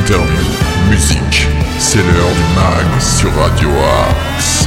interviews, musique. C'est l'heure du mag sur Radio Axe.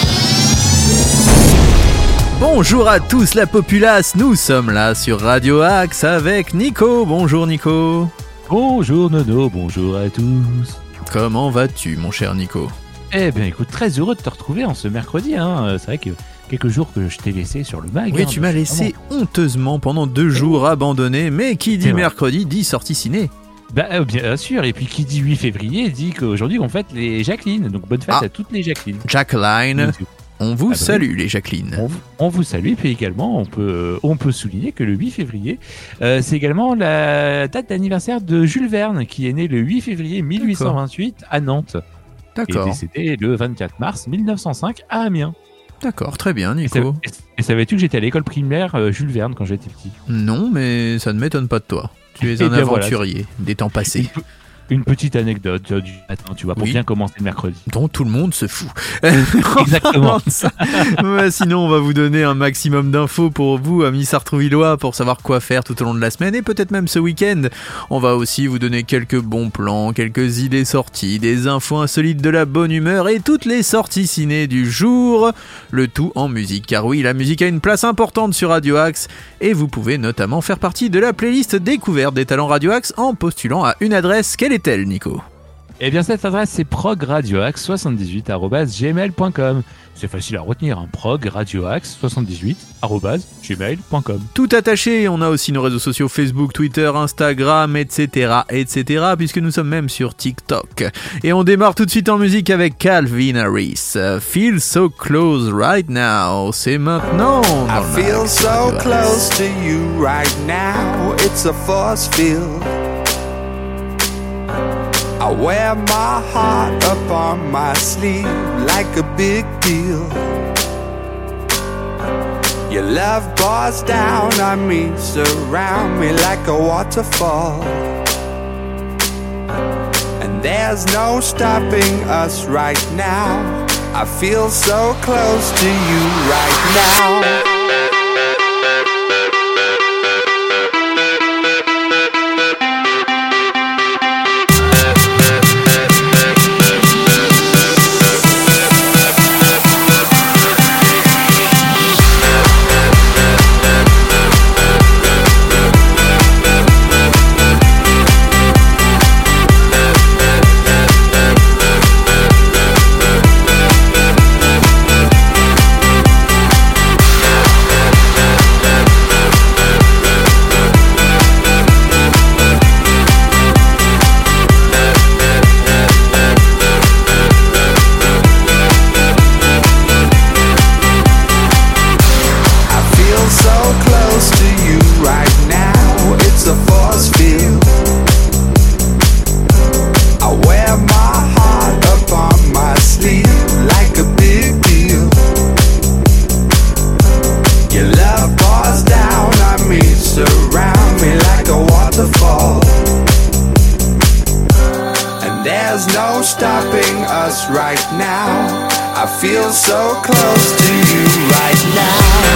Bonjour à tous la populace, nous sommes là sur Radio Axe avec Nico. Bonjour Nico. Bonjour Nono, bonjour à tous. Comment vas-tu mon cher Nico ? Eh bien écoute, très heureux de te retrouver en ce mercredi. C'est vrai que quelques jours que je t'ai laissé sur le mag. Oui, tu m'as laissé honteusement pendant 2 jours abandonné, mais qui dit mercredi dit sortie ciné. Bien sûr, et puis qui dit 8 février dit qu'aujourd'hui on fête les Jacqueline, donc bonne fête à toutes les Jacqueline. Jacqueline, on vous salue les Jacqueline. On vous salue, puis également on peut souligner que le 8 février, c'est également la date d'anniversaire de Jules Verne, qui est né le 8 février 1828 à Nantes. D'accord. Et décédé le 24 mars 1905 à Amiens. D'accord, très bien Nico. Et savais-tu que j'étais à l'école primaire Jules Verne quand j'étais petit ? Non, mais ça ne m'étonne pas de toi. Tu es un aventurier des temps passés. Une petite anecdote du matin, tu vois, pour bien commencer le mercredi. Dont tout le monde se fout. Exactement. Sinon, on va vous donner un maximum d'infos pour vous, amis sartrouvillois, pour savoir quoi faire tout au long de la semaine et peut-être même ce week-end. On va aussi vous donner quelques bons plans, quelques idées sorties, des infos insolites, de la bonne humeur et toutes les sorties ciné du jour. Le tout en musique, car oui, la musique a une place importante sur Radio Axe et vous pouvez notamment faire partie de la playlist découverte des talents Radio Axe en postulant à une adresse. Quelle est-elle, Nico ? Eh bien, cette adresse, c'est progradioaxe78@gmail.com. C'est facile à retenir, progradioaxe78@gmail.com. Tout attaché, on a aussi nos réseaux sociaux Facebook, Twitter, Instagram, etc., puisque nous sommes même sur TikTok. Et on démarre tout de suite en musique avec Calvin Harris. Feel so close right now. C'est maintenant. I feel so close to you right now. It's a force field. I wear my heart up on my sleeve like a big deal. Your love pours down on me, surround me like a waterfall. And there's no stopping us right now. I feel so close to you right now. Right now, I feel so close to you right now.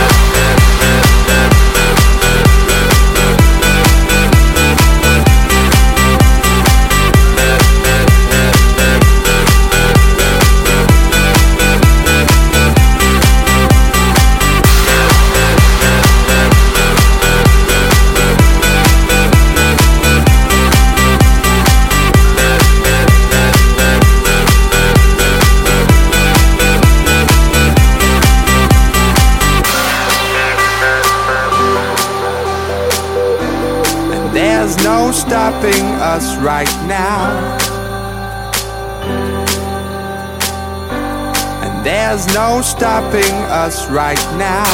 There's no stopping us right now. And there's no stopping us right now.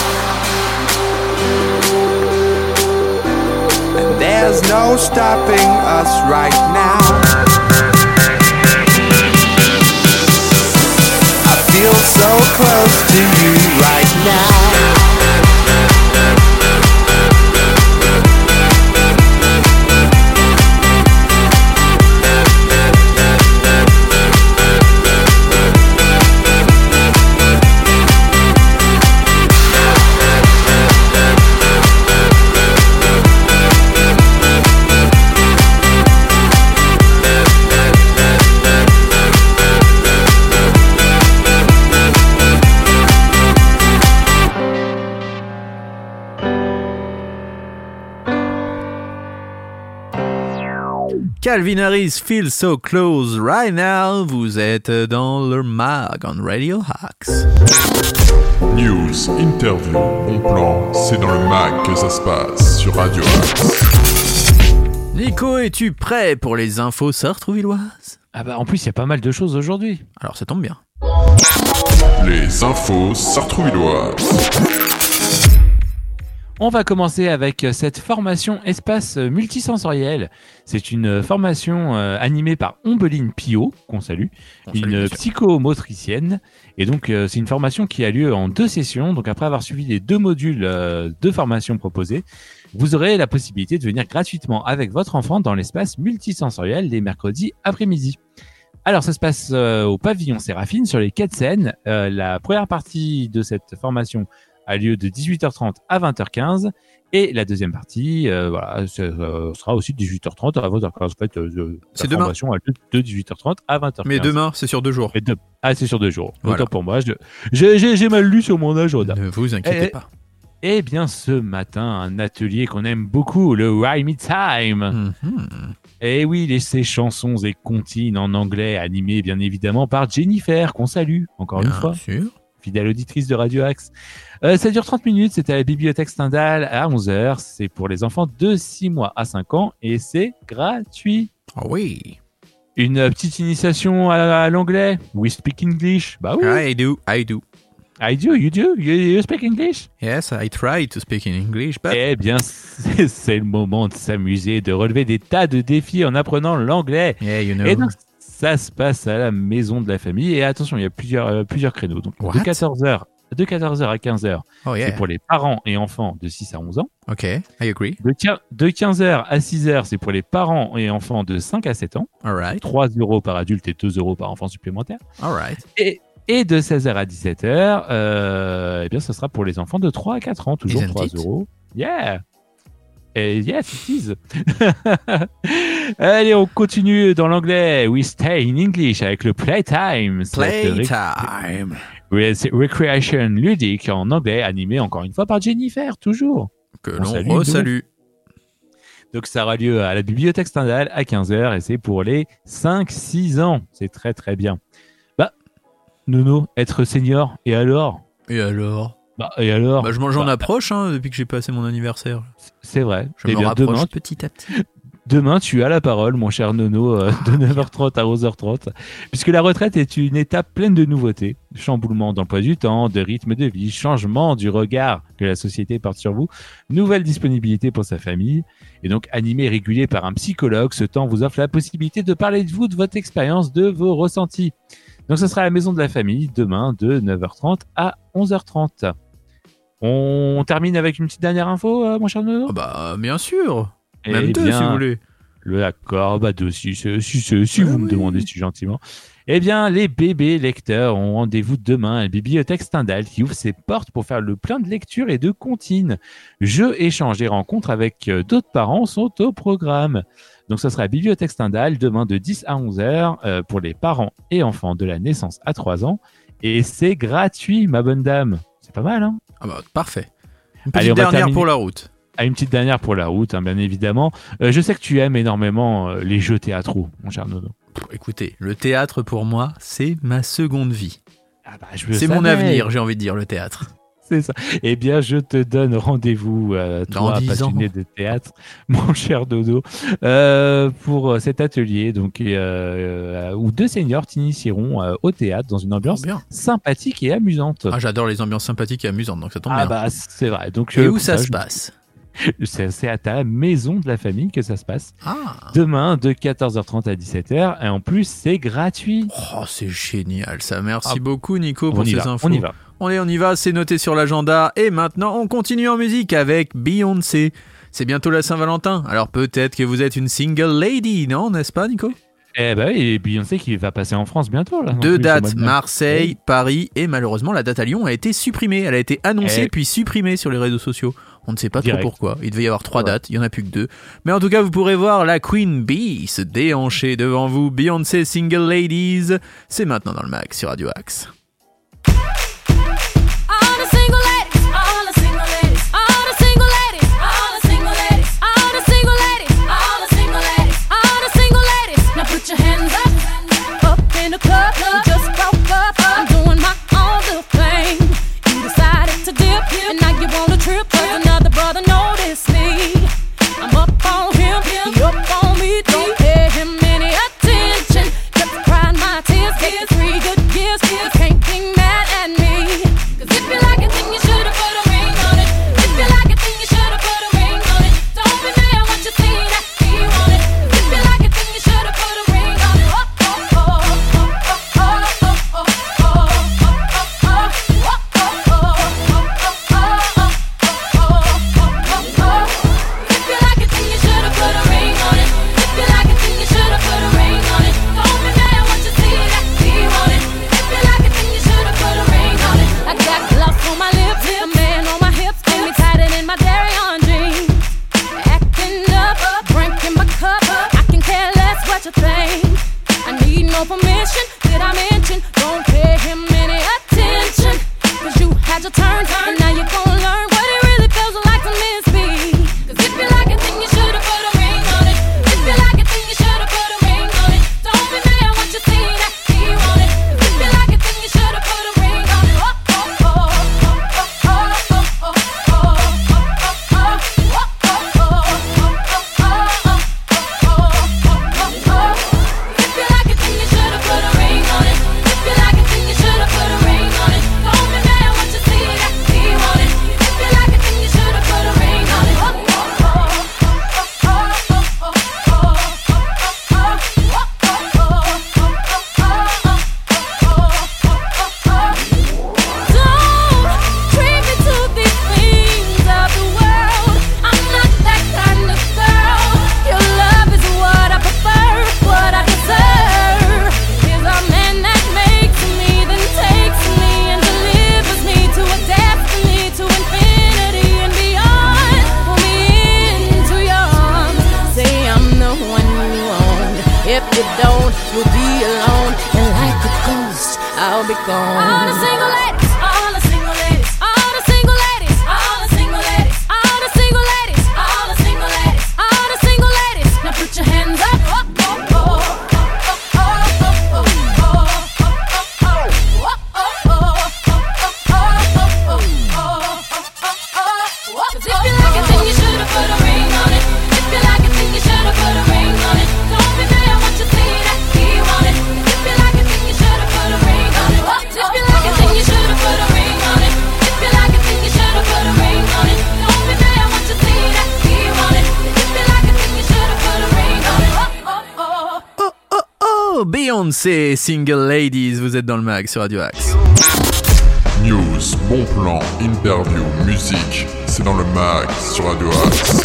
And there's no stopping us right now. I feel so close to you right now. Calvin Harris, Feel So Close Right Now. Vous êtes dans le mag on Radio Axe. News, interview, bon plan, c'est dans le mag que ça se passe sur Radio Axe. Nico, es-tu prêt pour les infos sartrouvilloises? Ah bah en plus il y a pas mal de choses aujourd'hui. Alors ça tombe bien. Les infos sartrouvilloises. On va commencer avec cette formation espace multisensoriel. C'est une formation animée par Ombeline Pio, qu'on salue, une psychomotricienne. Et donc, c'est une formation qui a lieu en 2 sessions. Donc, après avoir suivi les 2 modules de formation proposés, vous aurez la possibilité de venir gratuitement avec votre enfant dans l'espace multisensoriel les mercredis après-midi. Alors, ça se passe au pavillon Séraphine sur les quais de Seine. La première partie de cette formation a lieu de 18h30 à 20h15 et la deuxième partie sera aussi de 18h30 à 20h15. En fait, c'est la formation a lieu de 18h30 à 20h15. Mais demain, c'est sur 2 jours. C'est sur 2 jours. Voilà. Autant pour moi, j'ai mal lu sur mon agenda. Ne vous inquiétez pas. Eh bien, ce matin, un atelier qu'on aime beaucoup, le Rhyme Time. Et oui, ces chansons et comptines en anglais animées bien évidemment par Jennifer, qu'on salue encore une fois. Bien sûr. Fidèle auditrice de Radio Axe. Ça dure 30 minutes, c'est à la bibliothèque Stendhal à 11h. C'est pour les enfants de 6 mois à 5 ans et c'est gratuit. Ah oui. Une petite initiation à l'anglais. We speak English. Bah oui. I do. I do, you do? You speak English? Yes, I try to speak in English, but... Eh bien, c'est le moment de s'amuser, de relever des tas de défis en apprenant l'anglais. Yeah, you know. Et donc, ça se passe à la maison de la famille. Et attention, il y a plusieurs créneaux. Donc, de 14h à 15h, c'est pour les parents et enfants de 6 à 11 ans. Ok, I agree. De 15h à 6h, c'est pour les parents et enfants de 5 à 7 ans. All right. 3 € par adulte et 2 € par enfant supplémentaire. All right. Et de 16h à 17h, eh bien, ce sera pour les enfants de 3 à 4 ans, toujours 3 €. Yeah! Et yes, it is. Allez, on continue dans l'anglais. We stay in English avec le Playtime. Playtime. C'est Recreation ludique en anglais, animé encore une fois par Jennifer, toujours. Que l'on resalue. Donc ça aura lieu à la bibliothèque Stendhal à 15h et c'est pour les 5-6 ans. C'est très très bien. Bah, Nono, être senior, et alors? J'en approche depuis que j'ai passé mon anniversaire. C'est vrai. Je me rapproche petit à petit. Demain, tu as la parole, mon cher Nono, de 9h30 à 11h30, puisque la retraite est une étape pleine de nouveautés, chamboulement d'emploi du temps, de rythme de vie, changement du regard que la société porte sur vous, nouvelle disponibilité pour sa famille, et donc animé et régulé par un psychologue, ce temps vous offre la possibilité de parler de vous, de votre expérience, de vos ressentis. Donc ce sera à la maison de la famille, demain, de 9h30 à 11h30. On termine avec une petite dernière info, mon cher Nono? Bien sûr. Même 2 si vous voulez. D'accord, 2 si vous me demandez si gentiment. Eh bien, les bébés lecteurs ont rendez-vous demain à la bibliothèque Stendhal qui ouvre ses portes pour faire le plein de lectures et de comptines. Jeux, échanges et rencontres avec d'autres parents sont au programme. Donc, ça sera à la bibliothèque Stendhal demain de 10 à 11h pour les parents et enfants de la naissance à 3 ans. Et c'est gratuit, ma bonne dame. C'est pas mal, hein? Parfait. Une petite dernière pour la route. Une petite dernière pour la route, bien évidemment. Je sais que tu aimes énormément les jeux théâtraux, mon cher Nono. Écoutez, le théâtre pour moi, c'est ma seconde vie. C'est mon avenir, j'ai envie de dire, le théâtre. C'est ça. Eh bien, je te donne rendez-vous, toi, passionné de théâtre, mon cher Dodo, pour cet atelier, donc, où 2 seniors t'initieront au théâtre dans une ambiance sympathique et amusante. J'adore les ambiances sympathiques et amusantes, donc ça tombe bien. C'est vrai. Donc, et où ça se passe? C'est à ta maison de la famille que ça se passe. Demain, de 14h30 à 17h. Et en plus, c'est gratuit. C'est génial ça. Merci beaucoup, Nico, pour ces infos. On Et Beyoncé qui va passer en France bientôt. Là, 2 dates, Marseille, Paris, et malheureusement la date à Lyon a été supprimée. Elle a été annoncée puis supprimée sur les réseaux sociaux. On ne sait pas trop pourquoi. Il devait y avoir 3 dates, il n'y en a plus que 2. Mais en tout cas, vous pourrez voir la Queen Bee se déhancher devant vous. Beyoncé Single Ladies, c'est maintenant dans le mag sur Radio Axe. Single had your turn, and now you're gonna learn what it really feels like to miss me. 'Cause if you like it, then you should've put a ring on it. If you like it, then you should've put a ring on it. Don't be mad once you see that he want it. 'Cause if you like it, then you should've put a ring on it. Oh, oh, oh, oh, oh, oh, oh, oh, If you like it, then you should've put a ring on it. If you like it, then you should've put a ring on it. Don't be mad once you see that he want it. If you like it, then you should've put a ring on it. Don't treat me to these things of the world. I'm not that kind of girl. Your love is what I prefer, what I deserve. Is a man that makes me, then takes me and delivers me to a destiny, to infinity and beyond. Pull me into your arms, say I'm the one you want. If you don't, you'll be alone, and like a ghost, I'll be gone. All the single ladies, all the single ladies, all the single ladies, all the single ladies, all the single ladies, all the single ladies, all the single ladies. Now put your hands up. Cause if you like it, then you should've put a ring on it. If you like it, then you should've put a ring on it. Don't be mad once you see that he want it. If you like it, then you should've put a ring on it. If you like it, then you should've put a ring on it. If you like it, then you should've put a ring on it. Don't be mad once you see that he want it. If you like it, then you should've put a ring on it. Oh oh oh, Beyoncé, Single Ladies, vous êtes dans le mag sur Radio Axe. News, bon plan, interview, musique, c'est dans le mag sur Radio Axe.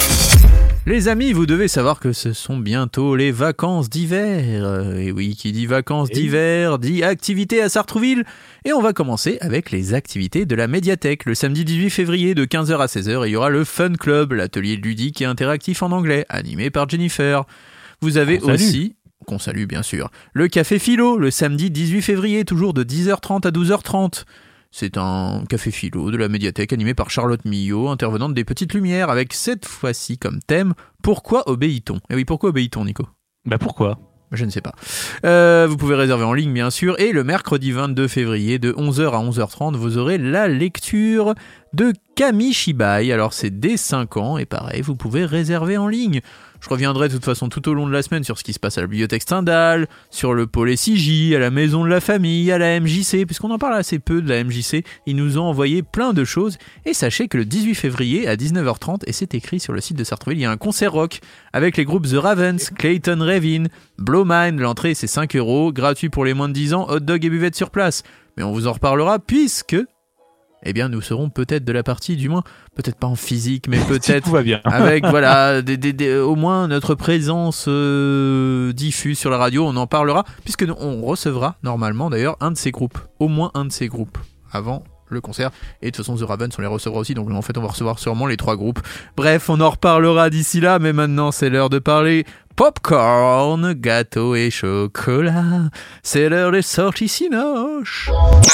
Les amis, vous devez savoir que ce sont bientôt les vacances d'hiver. Et oui, qui dit vacances d'hiver, dit activité à Sartrouville. Et on va commencer avec les activités de la médiathèque. Le samedi 18 février de 15h à 16h, il y aura le Fun Club, l'atelier ludique et interactif en anglais, animé par Jennifer. Vous avez aussi, qu'on salue bien sûr, le Café Philo, le samedi 18 février, toujours de 10h30 à 12h30. C'est un café philo de la médiathèque animé par Charlotte Millot, intervenante des Petites Lumières, avec cette fois-ci comme thème « Pourquoi obéit-on » Eh oui, pourquoi obéit-on, Nico ? Bah pourquoi ? Je ne sais pas. Vous pouvez réserver en ligne, bien sûr. Et le mercredi 22 février, de 11h à 11h30, vous aurez la lecture de Kamishibai. Alors, c'est dès 5 ans. Et pareil, vous pouvez réserver en ligne. Je reviendrai de toute façon tout au long de la semaine sur ce qui se passe à la bibliothèque Stendhal, sur le pôle SIJ, à la maison de la famille, à la MJC, puisqu'on en parle assez peu de la MJC, ils nous ont envoyé plein de choses. Et sachez que le 18 février à 19h30, et c'est écrit sur le site de Sartreville, il y a un concert rock avec les groupes The Ravens, Clayton Revin, Blow Mind. L'entrée c'est 5€, gratuit pour les moins de 10 ans, hot dog et buvette sur place. Mais on vous en reparlera puisque... eh bien, nous serons peut-être de la partie, du moins, peut-être pas en physique, mais peut-être tout va bien. avec, voilà, au moins notre présence diffuse sur la radio, on en parlera, puisque on recevra normalement d'ailleurs un de ces groupes, au moins un de ces groupes, avant le concert. Et de toute façon, The Ravens, on les recevra aussi, donc en fait, on va recevoir sûrement les 3 groupes. Bref, on en reparlera d'ici là, mais maintenant, c'est l'heure de parler popcorn, gâteau et chocolat. C'est l'heure des sorties cinoches.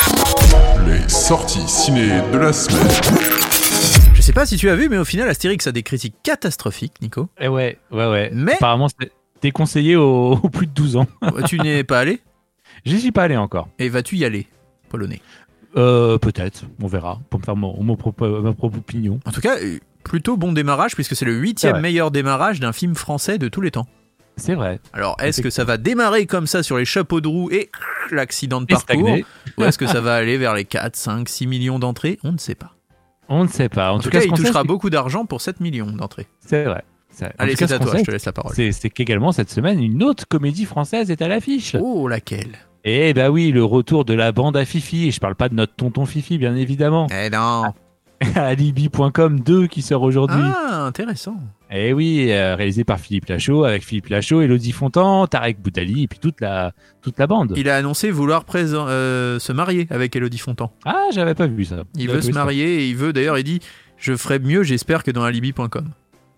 Les sorties ciné de la semaine. Je sais pas si tu as vu, mais au final, Astérix a des critiques catastrophiques, Nico. Eh ouais. Mais apparemment, c'est déconseillé aux plus de 12 ans. Tu n'y es pas allé ? J'y suis pas allé encore. Et vas-tu y aller, polonais ? Peut-être, on verra, pour me faire ma propre opinion. En tout cas, plutôt bon démarrage, puisque c'est le 8e meilleur démarrage d'un film français de tous les temps. C'est vrai. Alors, est-ce que ça va démarrer comme ça sur les chapeaux de roue et l'accident de parcours, ou est-ce que ça va aller vers les 4, 5, 6 millions d'entrées ? On ne sait pas. On ne sait pas. En tout cas, il touchera beaucoup d'argent pour 7 millions d'entrées. C'est vrai. Allez, c'est à toi, je te laisse la parole. C'est qu'également, cette semaine, une autre comédie française est à l'affiche. Oh, laquelle ? Eh ben oui, le retour de la bande à Fifi. Et je parle pas de notre tonton Fifi, bien évidemment. Eh non. Alibi.com 2 qui sort aujourd'hui. Ah, intéressant. Eh oui, réalisé par Philippe Lachaud, avec Philippe Lachaud, Elodie Fontan, Tarek Boudali et puis toute la bande. Il a annoncé vouloir se marier avec Elodie Fontan. Ah, j'avais pas vu ça. Il veut se marier et il veut, d'ailleurs, il dit « Je ferai mieux, j'espère, que dans Alibi.com ».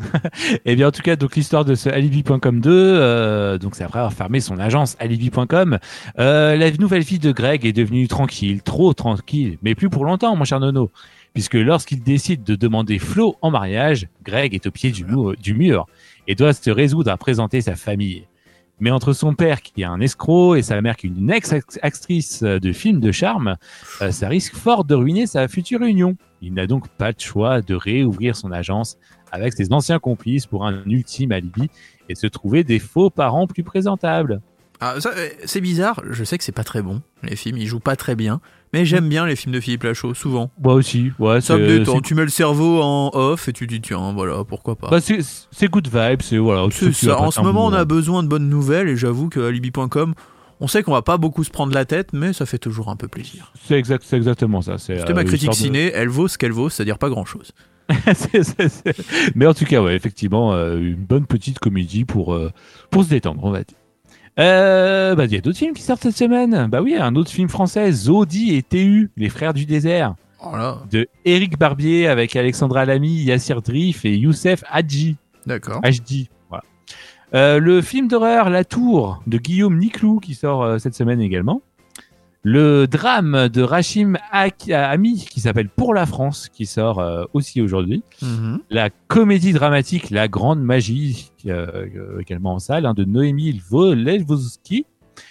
Et bien en tout cas, donc l'histoire de ce Alibi.com 2, donc c'est après avoir fermé son agence Alibi.com. La nouvelle vie de Greg est devenue tranquille, trop tranquille, mais plus pour longtemps, mon cher Nono. Puisque lorsqu'il décide de demander Flo en mariage, Greg est au pied du mur et doit se résoudre à présenter sa famille. Mais entre son père qui est un escroc et sa mère qui est une ex-actrice de film de charme, ça risque fort de ruiner sa future union. Il n'a donc pas de choix de réouvrir son agence avec ses anciens complices pour un ultime alibi et se trouver des faux parents plus présentables. Ah, ça, c'est bizarre, je sais que c'est pas très bon, les films, ils jouent pas très bien, mais j'aime bien les films de Philippe Lachaud, souvent. Moi aussi, ouais. Ça me détend, tu mets le cerveau en off et tu dis tiens, voilà, pourquoi pas. Bah, c'est good vibe, c'est voilà. C'est ça, en ce moment on a besoin de bonnes nouvelles et j'avoue que Alibi.com, on sait qu'on va pas beaucoup se prendre la tête, mais ça fait toujours un peu plaisir. C'est exactement ça. C'était ma critique ciné, elle vaut ce qu'elle vaut, c'est-à-dire pas grand-chose. Mais en tout cas, ouais, effectivement, une bonne petite comédie pour se détendre, on va dire. Il y a d'autres films qui sortent cette semaine. Bah oui, un autre film français, Zodi et TU, les frères du désert, de Éric Barbier avec Alexandra Lamy, Yassir Drif et Youssef Hadji. D'accord. HD, voilà. Le film d'horreur La Tour de Guillaume Niclou qui sort cette semaine également. Le drame de Rachim Ami qui s'appelle Pour la France qui sort aussi aujourd'hui. Mm-hmm. La comédie dramatique La Grande Magie également en salle de Noémie Lvovsky.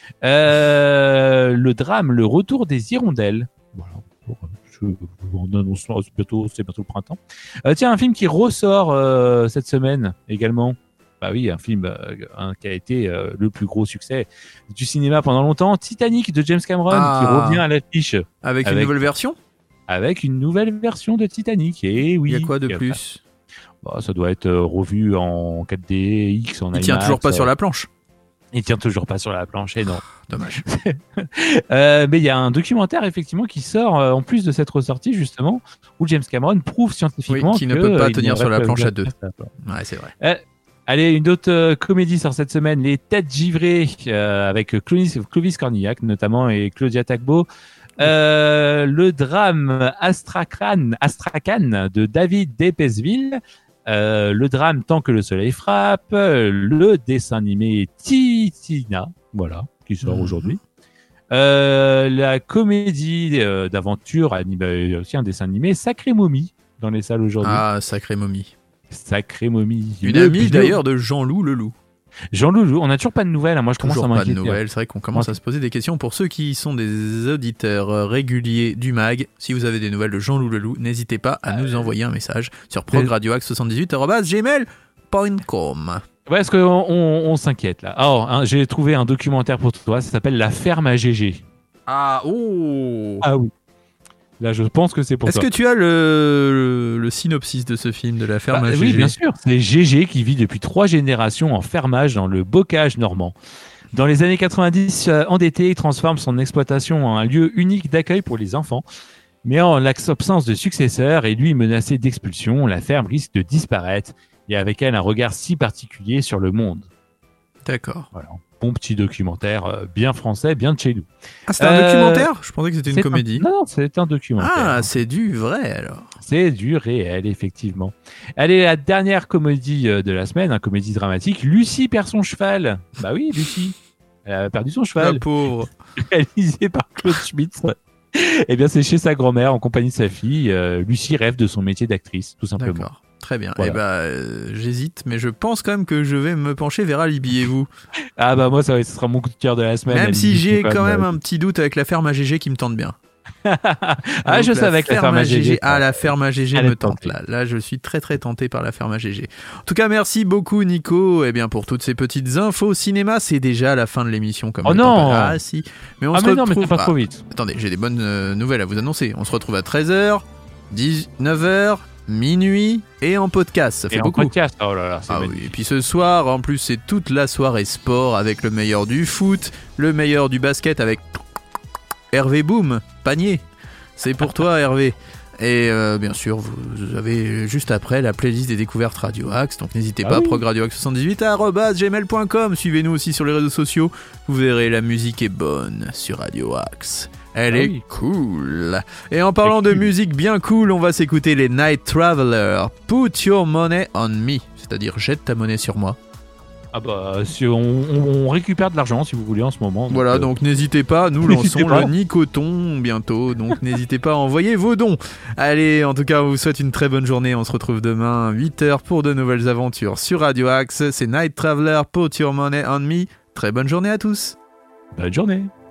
Le drame Le Retour des Hirondelles. Voilà. On annonce c'est bientôt le printemps. Tiens, un film qui ressort cette semaine également. Bah oui, un film qui a été le plus gros succès du cinéma pendant longtemps, Titanic de James Cameron, qui revient à l'affiche. Avec une nouvelle version ? Avec une nouvelle version de Titanic, et oui. Il y a quoi de plus ? Ça doit être revu en 4D, X, en IMAX. Il tient toujours pas sur la planche ? Il tient toujours pas sur la planche, et non. Dommage. Mais il y a un documentaire, effectivement, qui sort, en plus de cette ressortie, justement, où James Cameron prouve scientifiquement qu'il ne peut pas tenir sur la planche à deux. Ouais, c'est vrai. Allez, une autre comédie sort cette semaine, Les Têtes Givrées, avec Clovis Cornillac notamment et Claudia Tagbo. Le drame Astrakhan de David Despesville. Le drame Tant que le soleil frappe. Le dessin animé Titina, voilà, qui sort aujourd'hui. La comédie d'aventure, aussi un dessin animé, Sacré Momie, dans les salles aujourd'hui. Ah, Sacré Momie. Sacré Momie. Une amie d'ailleurs de Jean-Loup Leloup. Jean-Loup, on n'a toujours pas de nouvelles. Moi, je commence à m'inquiéter. Pas de nouvelles. C'est vrai qu'on commence à se poser des questions. Pour ceux qui sont des auditeurs réguliers du mag, si vous avez des nouvelles de Jean-Loup Leloup, n'hésitez pas à nous envoyer un message sur progradioaxe78@gmail.com. Ouais, est-ce qu'on s'inquiète là? Alors, j'ai trouvé un documentaire pour toi. Ça s'appelle La ferme à GG. Ah oui. Là, je pense que c'est pour ça. Est-ce que tu as le synopsis de ce film, de La ferme à GG? Oui, bien sûr. C'est GG qui vit depuis 3 générations en fermage dans le bocage normand. Dans les années 90, endetté, il transforme son exploitation en un lieu unique d'accueil pour les enfants. Mais en l'absence de successeur et lui menacé d'expulsion, la ferme risque de disparaître et avec elle un regard si particulier sur le monde. D'accord. Voilà. Bon petit documentaire bien français, bien de chez nous. Ah, c'est un documentaire ? Je pensais que c'était une comédie. Non, c'est un documentaire. Ah, c'est du vrai alors. C'est du réel, effectivement. Allez, la dernière comédie de la semaine, comédie dramatique, Lucie perd son cheval. Bah oui, Lucie. Elle a perdu son cheval. La pauvre. Réalisé par Claude Schmitz. Eh bien, c'est chez sa grand-mère en compagnie de sa fille. Lucie rêve de son métier d'actrice, tout simplement. D'accord. Très bien. Voilà. J'hésite, mais je pense quand même que je vais me pencher vers Alibi et vous. Ah bah moi, ce sera mon coup de cœur de la semaine. Même si j'ai quand même un petit doute avec La ferme à GG qui me tente bien. Ah, je savais que La ferme à GG. Ah, La ferme à GG me tente là. Là, je suis très très tenté par La ferme à GG. En tout cas, merci beaucoup Nico. Eh bien, pour toutes ces petites infos cinéma, c'est déjà la fin de l'émission. Comme non. Ah si. Mais on se mais retrouve. non, mais pas trop vite. Attendez, j'ai des bonnes nouvelles à vous annoncer. On se retrouve à 13h, 19h. Minuit et en podcast, ça fait beaucoup. Podcast. Oh là là, c'est oui. Et puis ce soir, en plus, c'est toute la soirée sport avec le meilleur du foot, le meilleur du basket avec Hervé Boom, panier. C'est pour toi, Hervé. Et bien sûr, vous avez juste après la playlist des découvertes Radio Axe, donc n'hésitez pas, progradioaxe78@gmail.com. Suivez-nous aussi sur les réseaux sociaux, vous verrez, la musique est bonne sur Radio Axe. Elle Ah est oui. cool. Et en parlant de cool. musique bien cool, on va s'écouter les Night Traveler. Put your money on me. C'est-à-dire jette ta monnaie sur moi. Ah bah, si on récupère de l'argent si vous voulez en ce moment. Voilà, donc n'hésitez pas, nous N'hésitez lançons pas. le Nicoton bientôt, donc n'hésitez pas à envoyer vos dons. Allez, en tout cas, on vous souhaite une très bonne journée, on se retrouve demain 8h pour de nouvelles aventures sur Radio Axe. C'est Night Traveler, Put Your Money on Me. Très bonne journée à tous. Bonne journée.